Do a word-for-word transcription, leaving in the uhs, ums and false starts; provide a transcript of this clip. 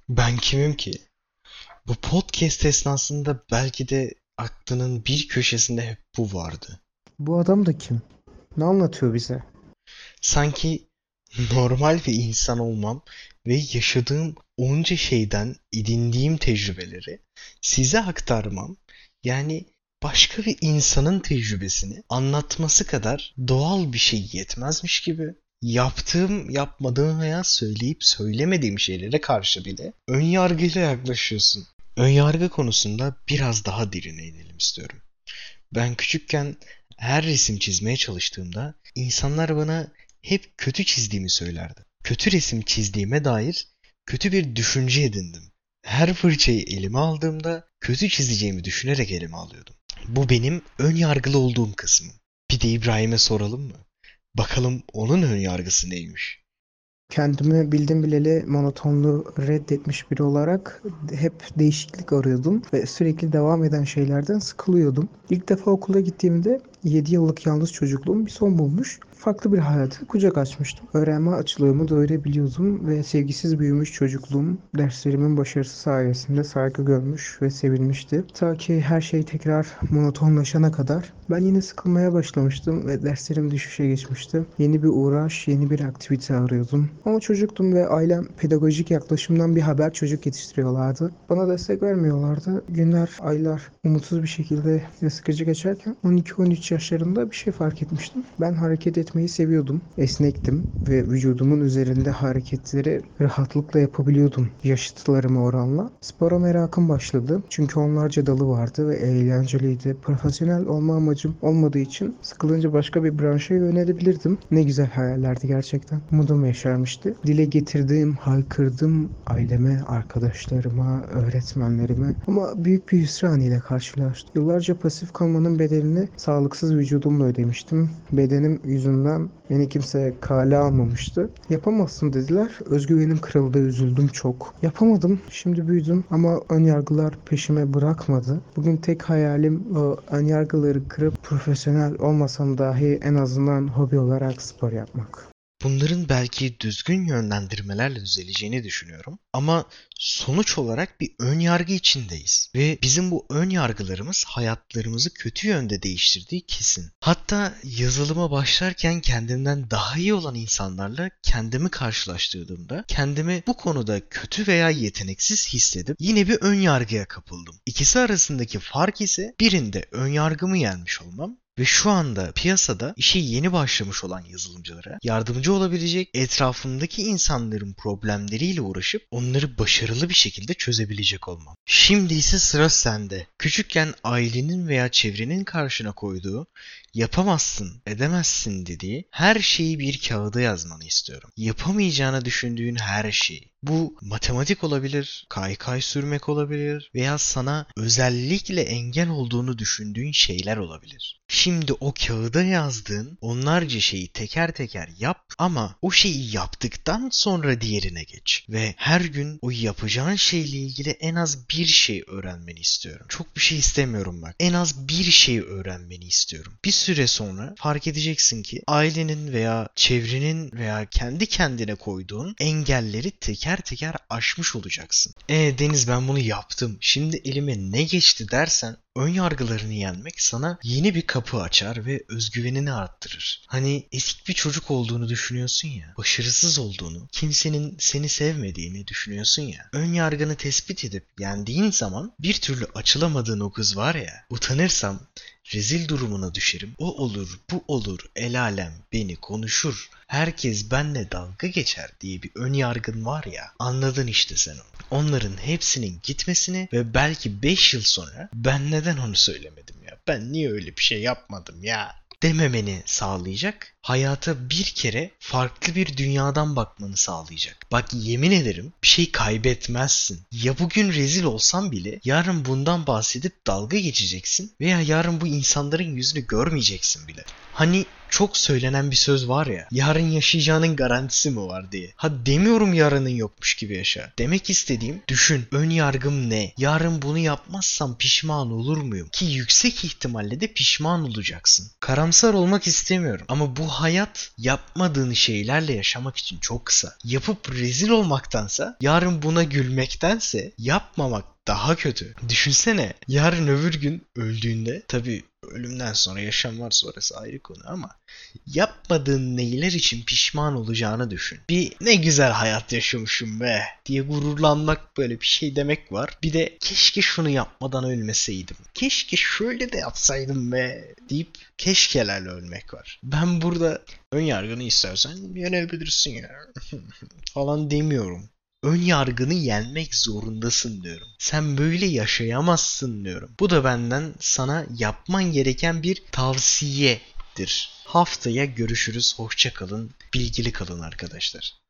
Ben kimim ki? Bu podcast esnasında belki de aklının bir köşesinde hep bu vardı. Bu adam da kim? Ne anlatıyor bize? Sanki normal bir insan olmam ve yaşadığım onca şeyden edindiğim tecrübeleri size aktarmam, yani başka bir insanın tecrübesini anlatması kadar doğal bir şey yetmezmiş gibi, yaptığım, yapmadığım veya söyleyip söylemediğim şeylere karşı bile ön yargıyla yaklaşıyorsun. Ön yargı konusunda biraz daha derine inelim istiyorum. Ben küçükken her resim çizmeye çalıştığımda insanlar bana hep kötü çizdiğimi söylerdi. Kötü resim çizdiğime dair kötü bir düşünce edindim. Her fırçayı elime aldığımda kötü çizeceğimi düşünerek elime alıyordum. Bu benim ön yargılı olduğum kısmım. Bir de İbrahim'e soralım mı? Bakalım onun ön yargısı neymiş? Kendimi bildim bileli monotonluğu reddetmiş biri olarak hep değişiklik arıyordum ve sürekli devam eden şeylerden sıkılıyordum. İlk defa okula gittiğimde yedi yıllık yalnız çocukluğum bir son bulmuş. Farklı bir hayata kucak açmıştım. Öğrenme açlığımı doyurabiliyordum ve sevgisiz büyümüş çocukluğum derslerimin başarısı sayesinde saygı görmüş ve sevilmişti. Ta ki her şey tekrar monotonlaşana kadar ben yine sıkılmaya başlamıştım ve derslerim düşüşe geçmişti. Yeni bir uğraş, yeni bir aktivite arıyordum. Ama çocuktum ve ailem pedagojik yaklaşımdan bir haber çocuk yetiştiriyorlardı. Bana destek vermiyorlardı. Günler, aylar umutsuz bir şekilde ve sıkıcı geçerken on iki on üç yaşlarında bir şey fark etmiştim. Ben hareket etmeyi seviyordum. Esnektim ve vücudumun üzerinde hareketleri rahatlıkla yapabiliyordum yaşıtlarıma oranla. Spora merakım başladı. Çünkü onlarca dalı vardı ve eğlenceliydi. Profesyonel olma amacım olmadığı için sıkılınca başka bir branşa yönelebilirdim. Ne güzel hayallerdi gerçekten. Umudum yaşarmıştı. Dile getirdim, haykırdım aileme, arkadaşlarıma, öğretmenlerime ama büyük bir hüsran ile karşılaştım. Yıllarca pasif kalmanın bedelini sağlıksız vücudumla ödemiştim. Bedenim yüzünden beni kimse kale almamıştı. Yapamazsın dediler. Özgüvenim kırıldı, üzüldüm çok. Yapamadım. Şimdi büyüdüm ama ön yargılar peşime bırakmadı. Bugün tek hayalim o ön yargıları kırıp profesyonel olmasam dahi en azından hobi olarak spor yapmak. Bunların belki düzgün yönlendirmelerle düzeleceğini düşünüyorum. Ama sonuç olarak bir ön yargı içindeyiz. Ve bizim bu ön yargılarımız hayatlarımızı kötü yönde değiştirdiği kesin. Hatta yazılıma başlarken kendimden daha iyi olan insanlarla kendimi karşılaştırdığımda kendimi bu konuda kötü veya yeteneksiz hissedip yine bir ön yargıya kapıldım. İkisi arasındaki fark ise birinde ön yargımı yenmiş olmam ve şu anda piyasada işe yeni başlamış olan yazılımcılara yardımcı olabilecek, etrafımdaki insanların problemleriyle uğraşıp onları başarılı bir şekilde çözebilecek olmam. Şimdi ise sıra sende. Küçükken ailenin veya çevrenin karşına koyduğu, yapamazsın, edemezsin dediği her şeyi bir kağıda yazmanı istiyorum. Yapamayacağını düşündüğün her şeyi. Bu matematik olabilir, kaykay sürmek olabilir veya sana özellikle engel olduğunu düşündüğün şeyler olabilir. Şimdi o kağıda yazdığın onlarca şeyi teker teker yap ama o şeyi yaptıktan sonra diğerine geç. Ve her gün o yapacağın şeyle ilgili en az bir şey öğrenmeni istiyorum. Çok bir şey istemiyorum bak. En az bir şey öğrenmeni istiyorum. Bir süre sonra fark edeceksin ki ailenin veya çevrenin veya kendi kendine koyduğun engelleri teker teker aşmış olacaksın. E Deniz, ben bunu yaptım. Şimdi elime ne geçti dersen ön yargılarını yenmek sana yeni bir kapı açar ve özgüvenini arttırır. Hani eski bir çocuk olduğunu düşünüyorsun ya, başarısız olduğunu, kimsenin seni sevmediğini düşünüyorsun ya. Ön yargını tespit edip yendiğin zaman bir türlü açılamadığın o kız var ya, utanırsam rezil durumuna düşerim. O olur, bu olur, el alem beni konuşur. Herkes benle dalga geçer diye bir ön yargın var ya. Anladın işte sen onu. Onların hepsinin gitmesini ve belki beş yıl sonra ben neden onu söylemedim ya? Ben niye öyle bir şey yapmadım ya? Dememeni sağlayacak. Hayata bir kere farklı bir dünyadan bakmanı sağlayacak. Bak yemin ederim bir şey kaybetmezsin. Ya bugün rezil olsan bile yarın bundan bahsedip dalga geçeceksin veya yarın bu insanların yüzünü görmeyeceksin bile. Hani çok söylenen bir söz var ya. Yarın yaşayacağının garantisi mi var diye. Ha demiyorum yarının yokmuş gibi yaşa. Demek istediğim düşün. Ön yargım ne? Yarın bunu yapmazsam pişman olur muyum? Ki yüksek ihtimalle de pişman olacaksın. Karamsar olmak istemiyorum. Ama bu hayat yapmadığın şeylerle yaşamak için çok kısa. Yapıp rezil olmaktansa, yarın buna gülmektense yapmamak daha kötü. Düşünsene yarın öbür gün öldüğünde, tabii ölümden sonra yaşam var, sonrası ayrı konu, ama yapmadığın neyler için pişman olacağını düşün. Bir ne güzel hayat yaşamışım be diye gururlanmak, böyle bir şey demek var. Bir de keşke şunu yapmadan ölmeseydim. Keşke şöyle de yapsaydım be deyip keşkelerle ölmek var. Ben burada ön yargını istersen yenebilirsin ya falan demiyorum. Ön yargını yenmek zorundasın diyorum. Sen böyle yaşayamazsın diyorum. Bu da benden sana yapman gereken bir tavsiyedir. Haftaya görüşürüz. Hoşça kalın. Bilgili kalın arkadaşlar.